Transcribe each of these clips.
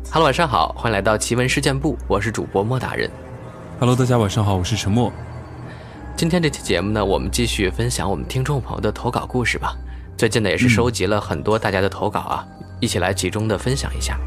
Hello， 晚上好，欢迎来到奇闻事件部，我是主播莫大人。 Hello， 大家晚上好，我是陈默。 今天这期节目呢，我们继续分享我们听众朋友的投稿故事吧。最近呢，也是收集了很多大家的投稿啊，一起来集中的分享一下。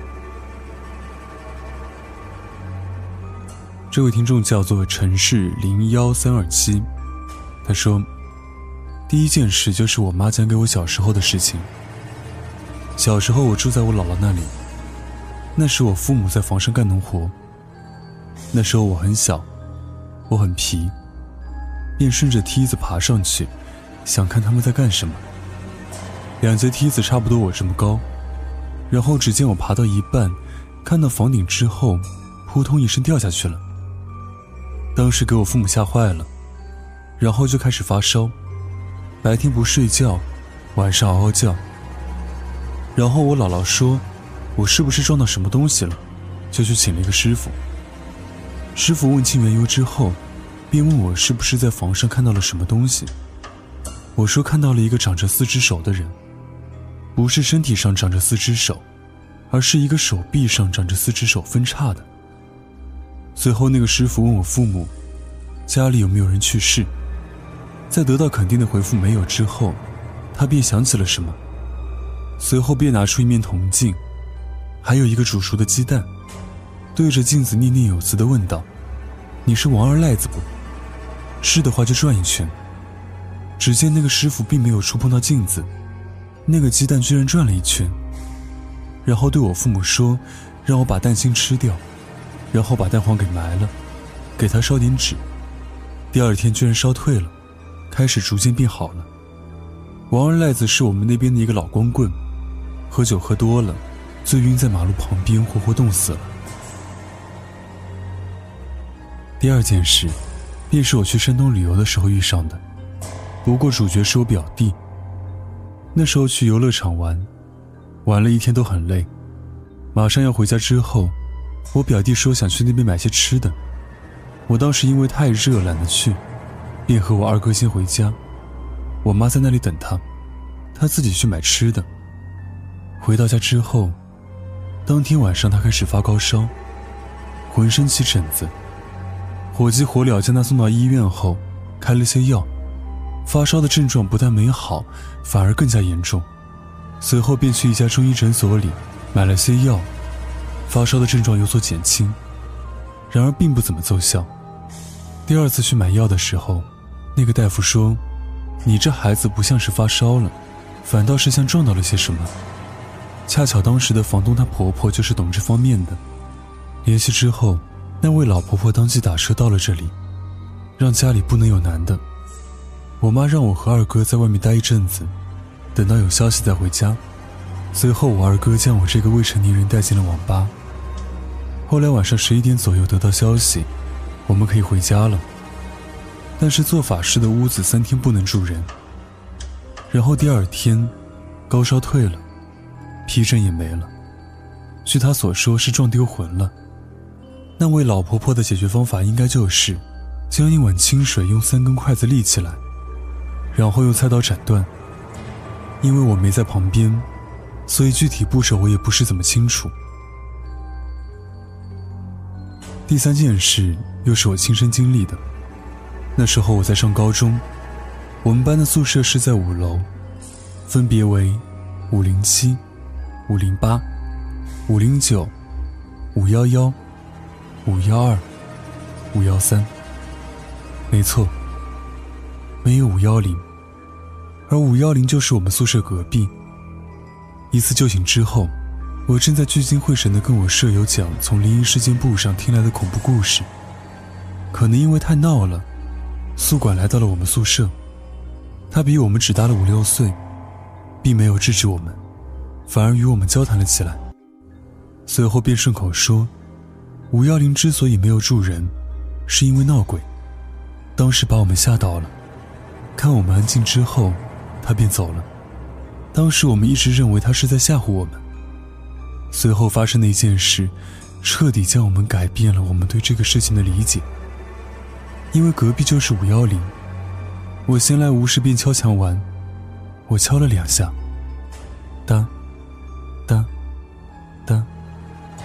这位听众叫做城市01327，他说，第一件事就是我妈讲给我小时候的事情。小时候我住在我姥姥那里，那时我父母在房上干农活，那时候我很小，我很皮，便顺着梯子爬上去，想看他们在干什么。2节梯子差不多我这么高，然后只见我爬到一半，看到房顶之后，扑通一声掉下去了。当时给我父母吓坏了，然后就开始发烧，白天不睡觉，晚上嗷嗷叫。然后我姥姥说我是不是撞到什么东西了，就去请了一个师傅。师傅问清缘由之后，便问我是不是在房上看到了什么东西。我说看到了一个长着4只手的人，不是身体上长着4只手，而是一个手臂上长着4只手分叉的。随后那个师傅问我父母家里有没有人去世，在得到肯定的回复没有之后，他便想起了什么，随后便拿出一面铜镜，还有一个煮熟的鸡蛋，对着镜子念念有词地问道，你是王二赖子不？是的话就转一圈。只见那个师傅并没有触碰到镜子，那个鸡蛋居然转了一圈，然后对我父母说让我把蛋心吃掉，然后把蛋黄给埋了，给他烧点纸。第2天居然烧退了，开始逐渐变好了。王二赖子是我们那边的一个老光棍，喝酒喝多了，醉晕在马路旁边，活活冻死了。第2件事便是我去山东旅游的时候遇上的，不过主角是我表弟。那时候去游乐场玩了一天都很累，马上要回家之后，我表弟说想去那边买些吃的。我当时因为太热懒得去，便和我二哥先回家，我妈在那里等他，他自己去买吃的。回到家之后，当天晚上他开始发高烧，浑身起疹子，火急火燎将他送到医院后，开了些药，发烧的症状不但没好，反而更加严重。随后便去一家中医诊所里买了些药，发烧的症状有所减轻，然而并不怎么奏效。第2次去买药的时候，那个大夫说，你这孩子不像是发烧了，反倒是像撞到了些什么。恰巧当时的房东她婆婆就是懂这方面的，联系之后，那位老婆婆当即打车到了这里，让家里不能有男的。我妈让我和二哥在外面待一阵子，等到有消息再回家。随后我二哥将我这个未成年人带进了网吧。后来晚上11点左右得到消息，我们可以回家了，但是做法事的屋子3天不能住人。然后第2天高烧退了，皮疹也没了，据他所说是撞丢魂了。那位老婆婆的解决方法应该就是将一碗清水用3根筷子立起来，然后用菜刀斩断。因为我没在旁边，所以具体步骤我也不是怎么清楚。第3件事又是我亲身经历的。那时候我在上高中，我们班的宿舍是在5楼，分别为507、508、509、511、512、513。没错，没有510，而510就是我们宿舍隔壁。一次就寝之后，我正在聚精会神地跟我舍友讲从灵异事件簿上听来的恐怖故事。可能因为太闹了，宿管来到了我们宿舍，他比我们只大了5、6岁，并没有制止我们，反而与我们交谈了起来。随后便顺口说510之所以没有住人，是因为闹鬼，当时把我们吓到了。看我们安静之后，他便走了。当时我们一直认为他是在吓唬我们。随后发生的一件事，彻底将我们改变了我们对这个事情的理解。因为隔壁就是510，我闲来无事便敲墙玩，我敲了2下，哒哒哒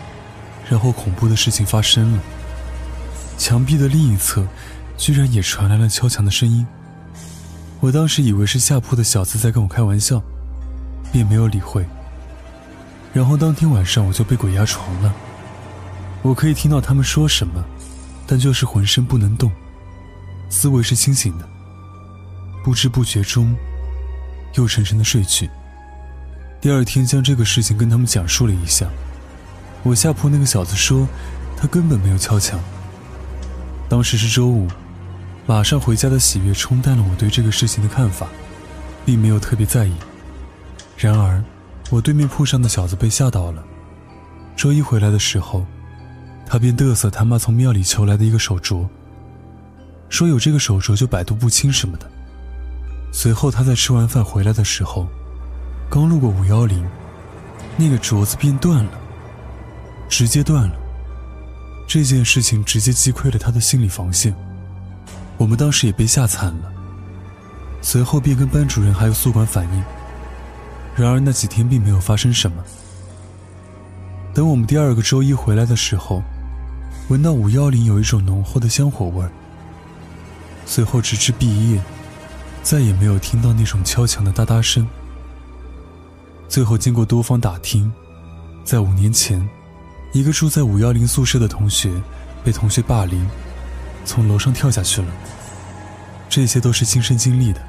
然后恐怖的事情发生了，墙壁的另一侧居然也传来了敲墙的声音。我当时以为是下铺的小子在跟我开玩笑，便没有理会。然后当天晚上我就被鬼压床了。我可以听到他们说什么，但就是浑身不能动，思维是清醒的，不知不觉中又沉沉的睡去。第二天将这个事情跟他们讲述了一下，我下铺那个小子说他根本没有敲墙。当时是周五，马上回家的喜悦冲淡了我对这个事情的看法，并没有特别在意。然而我对面铺上的小子被吓到了，周一回来的时候，他便嘚瑟他妈从庙里求来的一个手镯，说有这个手镯就百毒不侵什么的。随后他在吃完饭回来的时候，刚路过510，那个镯子便断了，直接断了。这件事情直接击溃了他的心理防线，我们当时也被吓惨了。随后便跟班主任还有宿管反映，然而那几天并没有发生什么。等我们第二个周一回来的时候，闻到510有一种浓厚的香火味儿。随后直至毕业，再也没有听到那种敲墙的哒哒声。最后经过多方打听，在5年前，一个住在510宿舍的同学被同学霸凌，从楼上跳下去了。这些都是亲身经历的。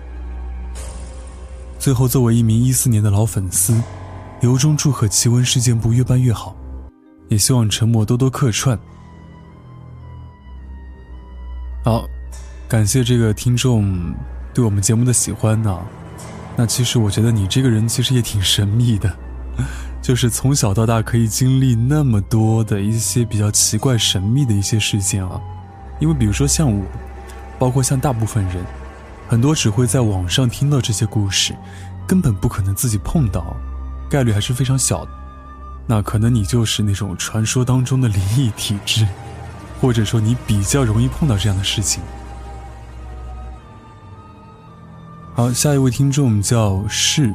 最后作为一名14年的老粉丝，由衷祝贺奇闻事件部越办越好，也希望陈默多多客串。好，感谢这个听众对我们节目的喜欢啊。那其实我觉得你这个人其实也挺神秘的，就是从小到大可以经历那么多的一些比较奇怪神秘的一些事件啊。因为比如说像我，包括像大部分人，很多只会在网上听到这些故事，根本不可能自己碰到，概率还是非常小的。那可能你就是那种传说当中的灵异体质，或者说你比较容易碰到这样的事情。好，下一位听众叫是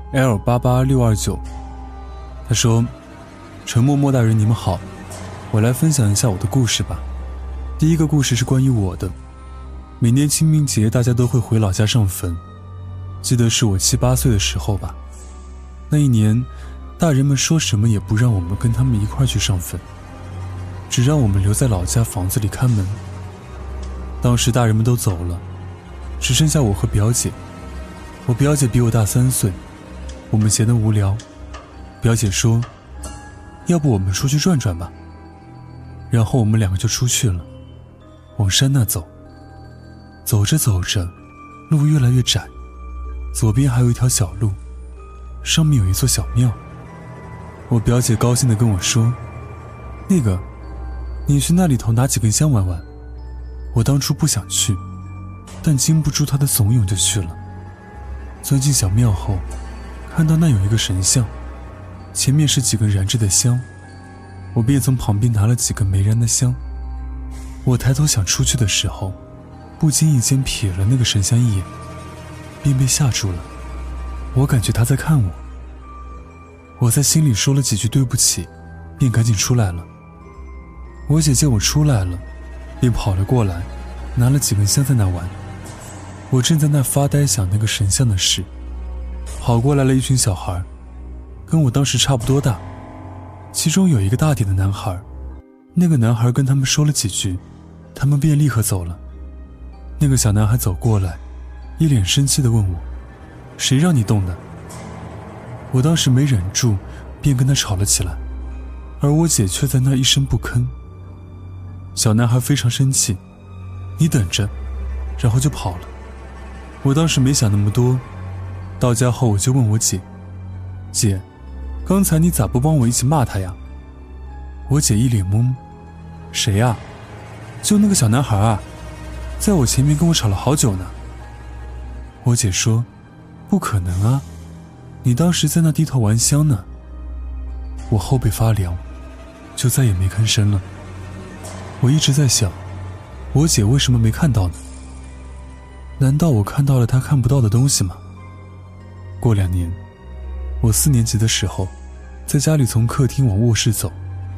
L88629， 他说：陈默默大人你们好，我来分享一下我的故事吧。第一个故事是关于我的。每年清明节大家都会回老家上坟，记得是我7、8岁的时候吧。那一年大人们说什么也不让我们跟他们一块去上坟，只让我们留在老家房子里看门。当时大人们都走了，只剩下我和表姐。我表姐比我大3岁，我们闲得无聊，表姐说要不我们出去转转吧。然后我们两个就出去了，往山那走。走着走着，路越来越窄，左边还有一条小路，上面有一座小庙。我表姐高兴地跟我说，那个你去那里头拿几根香玩玩。我当初不想去，但经不住她的怂恿就去了。钻进小庙后，看到那有一个神像，前面是几根燃着的香，我便从旁边拿了几根没燃的香。我抬头想出去的时候，不经意间瞥了那个神像一眼，便被吓住了。我感觉他在看我，我在心里说了几句对不起，便赶紧出来了。我姐见我出来了，便跑了过来，拿了几根香在那玩。我正在那发呆想那个神像的事，跑过来了一群小孩，跟我当时差不多大，其中有一个大点的男孩。那个男孩跟他们说了几句，他们便立刻走了。那个小男孩走过来，一脸生气地问我，谁让你动的？我当时没忍住，便跟他吵了起来，而我姐却在那一声不吭。小男孩非常生气，你等着，然后就跑了。我当时没想那么多，到家后我就问我姐，姐，刚才你咋不帮我一起骂他呀？我姐一脸懵，谁呀？就那个小男孩啊，在我前面跟我吵了好久呢。我姐说，不可能啊，你当时在那低头玩香呢。我后背发凉，就再也没吭声了。我一直在想，我姐为什么没看到呢？难道我看到了她看不到的东西吗？过2年，我4年级的时候，在家里从客厅往卧室走，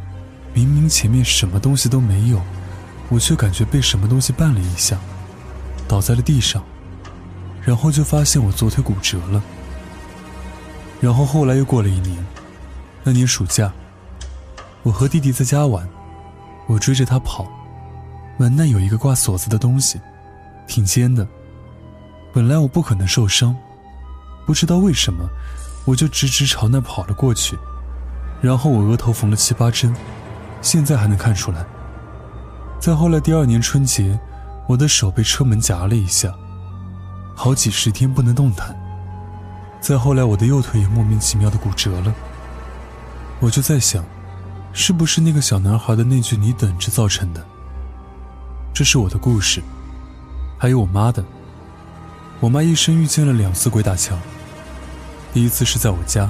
明明前面什么东西都没有，我却感觉被什么东西绊了一下，倒在了地上，然后就发现我左腿骨折了。然后后来又过了1年，那年暑假，我和弟弟在家玩，我追着他跑，门那有一个挂锁子的东西，挺尖的，本来我不可能受伤，不知道为什么我就直朝那跑了过去，然后我额头缝了7、8针，现在还能看出来。再后来第2年春节，我的手被车门夹了一下，好几10天不能动弹。再后来我的右腿也莫名其妙的骨折了。我就在想，是不是那个小男孩的那句你等着造成的。这是我的故事，还有我妈的。我妈一生遇见了2次鬼打墙。第一次是在我家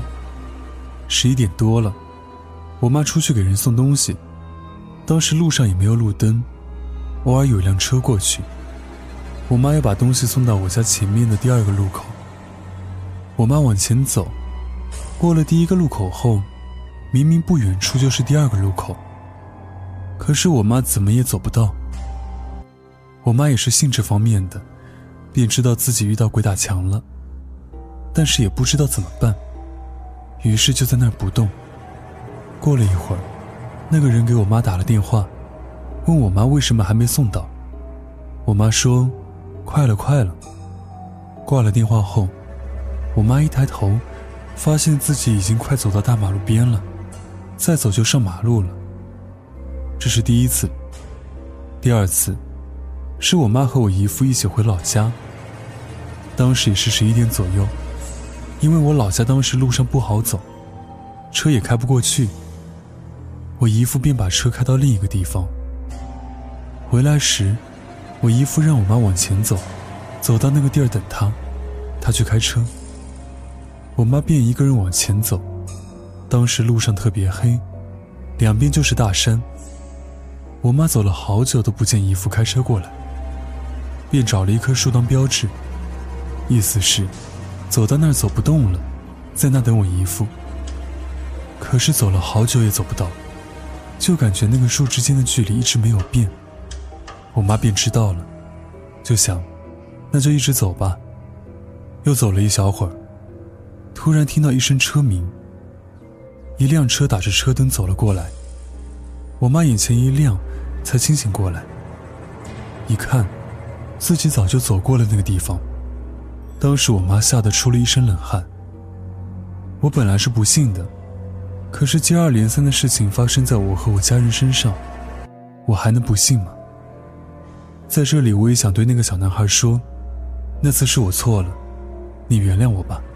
，11点多了，我妈出去给人送东西，当时路上也没有路灯，偶尔有一辆车过去，我妈要把东西送到我家前面的第2个路口。我妈往前走，过了第1个路口后，明明不远处就是第2个路口，可是我妈怎么也走不到。我妈也是信这方面的，便知道自己遇到鬼打墙了，但是也不知道怎么办，于是就在那儿不动。过了一会儿，那个人给我妈打了电话，问我妈为什么还没送到。我妈说快了。挂了电话后，我妈一抬头，发现自己已经快走到大马路边了，再走就上马路了。这是第1次。第2次是我妈和我姨父一起回老家，当时也是11点左右，因为我老家当时路上不好走，车也开不过去，我姨父便把车开到另一个地方。回来时，我姨父让我妈往前走，走到那个地儿等他去开车。我妈便一个人往前走，当时路上特别黑，两边就是大山。我妈走了好久都不见姨父开车过来，便找了一棵树当标志，意思是走到那儿走不动了，在那等我姨父。可是走了好久也走不到，就感觉那个树之间的距离一直没有变。我妈便知道了，就想那就一直走吧。又走了一小会儿，突然听到一声车鸣，一辆车打着车灯走了过来。我妈眼前一亮，才清醒过来，一看自己早就走过了那个地方。当时我妈吓得出了一身冷汗。我本来是不信的，可是接二连三的事情发生在我和我家人身上，我还能不信吗？在这里我也想对那个小男孩说，那次是我错了，你原谅我吧。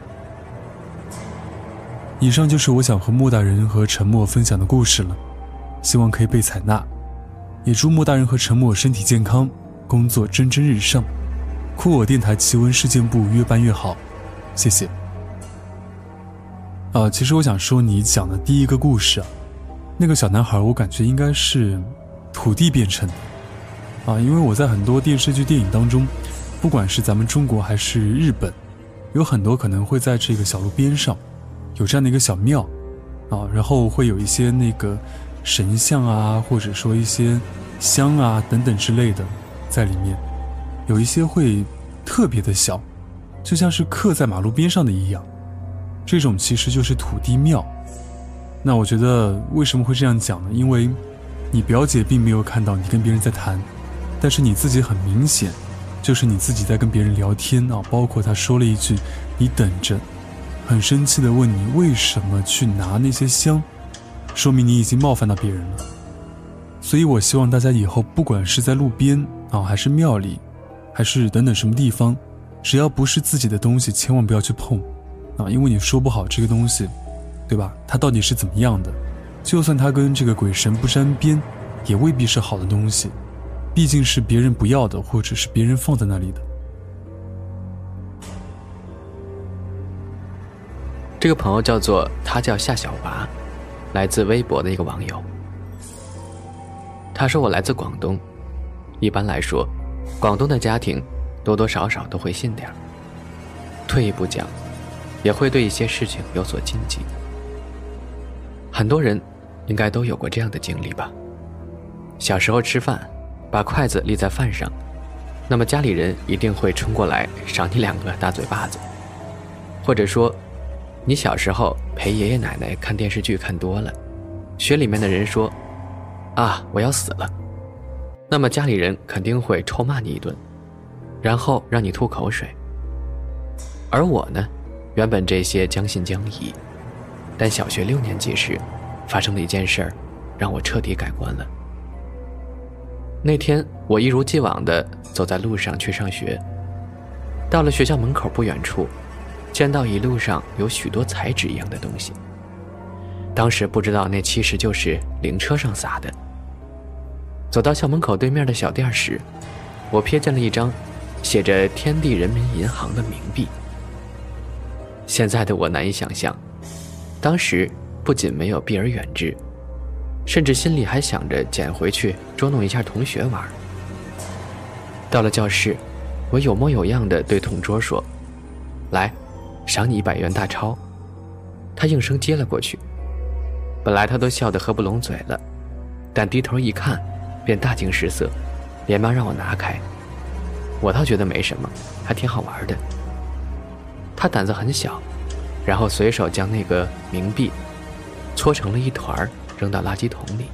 以上就是我想和莫大人和陈默分享的故事了，希望可以被采纳，也祝莫大人和陈默身体健康，工作蒸蒸日上，酷我电台奇闻事件部越办越好，谢谢。其实我想说你讲的第一个故事那个小男孩我感觉应该是土地变成的因为我在很多电视剧电影当中，不管是咱们中国还是日本，有很多可能会在这个小路边上有这样的一个小庙然后会有一些那个神像或者说一些香等等之类的在里面，有一些会特别的小，就像是刻在马路边上的一样，这种其实就是土地庙。那我觉得为什么会这样讲呢？因为你表姐并没有看到你跟别人在谈，但是你自己很明显就是你自己在跟别人聊天包括他说了一句你等着，很生气地问你为什么去拿那些香，说明你已经冒犯到别人了。所以我希望大家以后不管是在路边还是庙里，还是等等什么地方，只要不是自己的东西千万不要去碰因为你说不好这个东西对吧，它到底是怎么样的，就算它跟这个鬼神不沾边，也未必是好的东西，毕竟是别人不要的，或者是别人放在那里的。 这个朋友他叫夏小娃，来自微博的一个网友。他说我来自广东，一般来说广东的家庭多多少少都会信点，退一步讲也会对一些事情有所禁忌。很多人应该都有过这样的经历吧。小时候吃饭，把筷子立在饭上，那么家里人一定会冲过来赏你2个大嘴巴子。或者说，你小时候陪爷爷奶奶看电视剧看多了，学里面的人说啊，我要死了，那么家里人肯定会臭骂你一顿，然后让你吐口水。而我呢，原本这些将信将疑，但小学6年级时发生了一件事儿，让我彻底改观了。那天我一如既往地走在路上去上学，到了学校门口不远处，见到一路上有许多彩纸一样的东西，当时不知道那其实就是灵车上撒的。走到校门口对面的小店时，我瞥见了一张写着天地人民银行的冥币。现在的我难以想象，当时不仅没有避而远之，甚至心里还想着捡回去捉弄一下同学玩。到了教室，我有模有样地对同桌说，来，赏你100元大钞。他应声接了过去，本来他都笑得合不拢嘴了，但低头一看便大惊失色，连忙让我拿开。我倒觉得没什么，还挺好玩的。他胆子很小，然后随手将那个冥币搓成了一团，扔到垃圾桶里。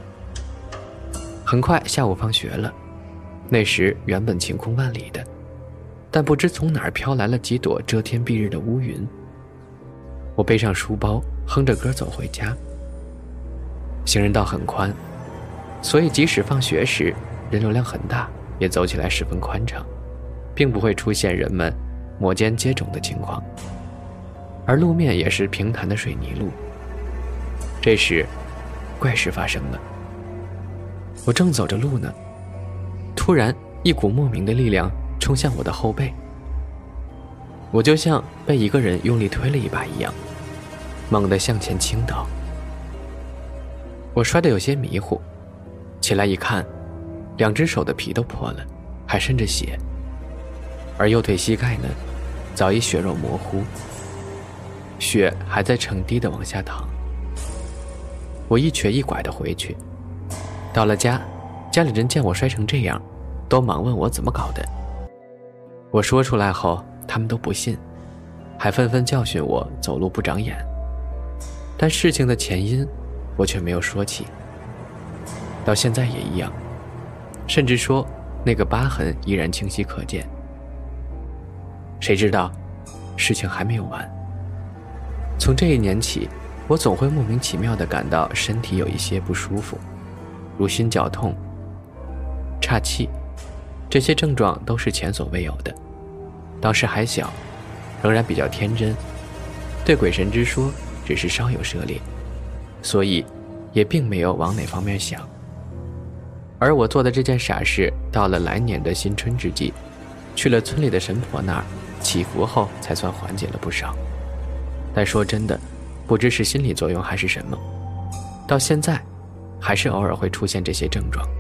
很快下午放学了，那时原本晴空万里的，但不知从哪儿飘来了几朵遮天蔽日的乌云。我背上书包，哼着歌走回家。行人道很宽，所以即使放学时人流量很大，也走起来十分宽敞，并不会出现人们摩肩接踵的情况。而路面也是平坦的水泥路。这时怪事发生了，我正走着路呢，突然一股莫名的力量冲向我的后背，我就像被一个人用力推了一把一样，猛地向前倾倒。我摔得有些迷糊，起来一看，2只手的皮都破了，还渗着血，而右腿膝盖呢，早已血肉模糊，血还在成滴地往下淌。我一瘸一拐地回去，到了家，家里人见我摔成这样，都忙问我怎么搞的。我说出来后，他们都不信，还纷纷教训我走路不长眼。但事情的前因，我却没有说起，到现在也一样，甚至说那个疤痕依然清晰可见。谁知道，事情还没有完。从这一年起，我总会莫名其妙地感到身体有一些不舒服，如心绞痛、岔气，这些症状都是前所未有的。当时还小，仍然比较天真，对鬼神之说只是稍有涉猎，所以也并没有往哪方面想。而我做的这件傻事，到了来年的新春之际，去了村里的神婆那儿祈福后，才算缓解了不少。但说真的，不知是心理作用还是什么，到现在还是偶尔会出现这些症状。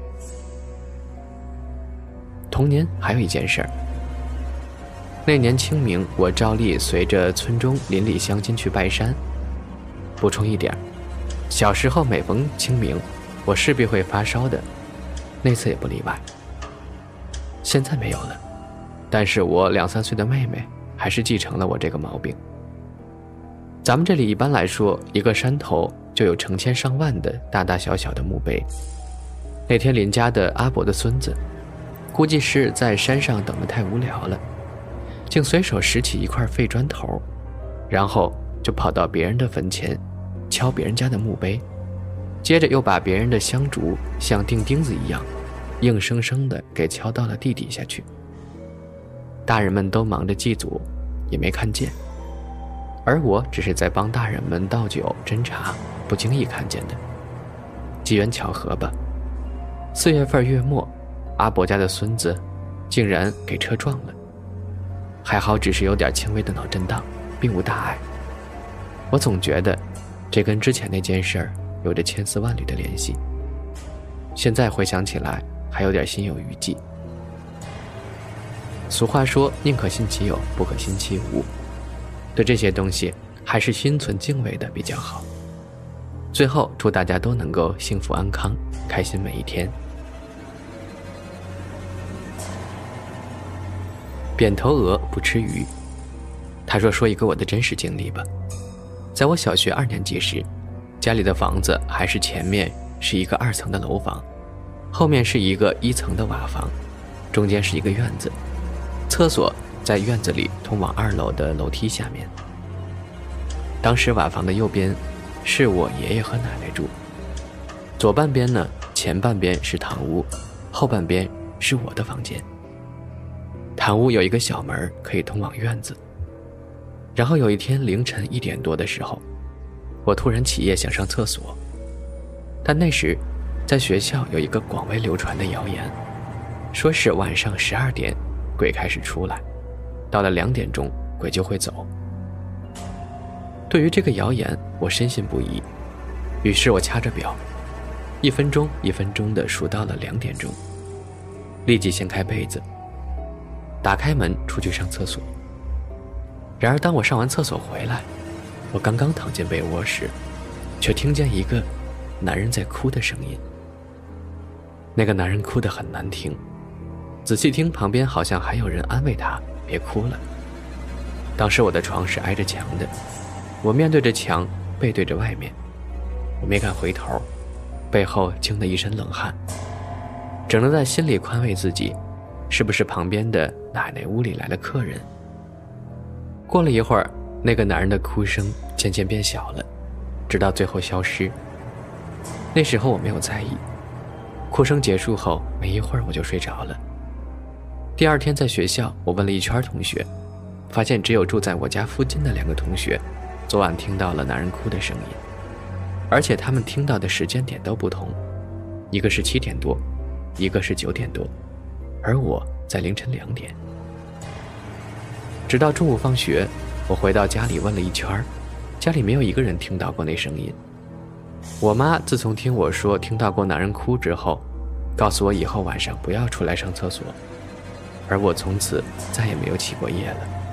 同年还有一件事儿，那年清明，我照例随着村中邻里乡亲去拜山。补充一点，小时候每逢清明，我势必会发烧的，那次也不例外。现在没有了，但是我2、3岁的妹妹还是继承了我这个毛病。咱们这里一般来说，一个山头就有成千上万的大大小小的墓碑。那天邻家的阿伯的孙子，估计是在山上等得太无聊了，竟随手拾起一块废砖头，然后就跑到别人的坟前敲别人家的墓碑，接着又把别人的香烛像钉钉子一样硬生生地给敲到了地底下去。大人们都忙着祭祖，也没看见，而我只是在帮大人们倒酒斟茶，不经意看见的。机缘巧合吧，4月份月末，阿伯家的孙子竟然给车撞了，还好只是有点轻微的脑震荡，并无大碍。我总觉得这跟之前那件事儿有着千丝万缕的联系，现在回想起来还有点心有余悸。俗话说，宁可信其有，不可信其无，对这些东西还是心存敬畏的比较好。 最后祝大家都能够幸福安康，开心每一天。扁头鹅不吃鱼。他说一个我的真实经历吧。在我小学2年级时，家里的房子还是前面是一个2层的楼房，后面是一个1层的瓦房，中间是一个院子，厕所在院子里通往2楼的楼梯下面。当时瓦房的右边是我爷爷和奶奶住，左半边呢，前半边是堂屋，后半边是我的房间。堂屋有一个小门可以通往院子。然后有一天凌晨1点多的时候，我突然起夜想上厕所，但那时在学校有一个广为流传的谣言，说是晚上12点鬼开始出来，到了2点钟鬼就会走。对于这个谣言我深信不疑，于是我掐着表1分钟1分钟地数到了2点钟，立即掀开被子，打开门出去上厕所。然而当我上完厕所回来，我刚刚躺进被窝时，却听见一个男人在哭的声音。那个男人哭得很难听，仔细听旁边好像还有人安慰他别哭了。当时我的床是挨着墙的，我面对着墙，背对着外面，我没敢回头，背后惊得一身冷汗，只能在心里宽慰自己，是不是旁边的奶奶屋里来了客人。过了一会儿，那个男人的哭声渐渐变小了，直到最后消失。那时候我没有在意，哭声结束后没一会儿我就睡着了。第2天在学校，我问了一圈同学，发现只有住在我家附近的2个同学昨晚听到了男人哭的声音，而且他们听到的时间点都不同，一个是7点多，一个是9点多，而我在凌晨2点。直到中午放学，我回到家里问了一圈，家里没有一个人听到过那声音。我妈自从听我说听到过男人哭之后，告诉我以后晚上不要出来上厕所，而我从此再也没有起过夜了。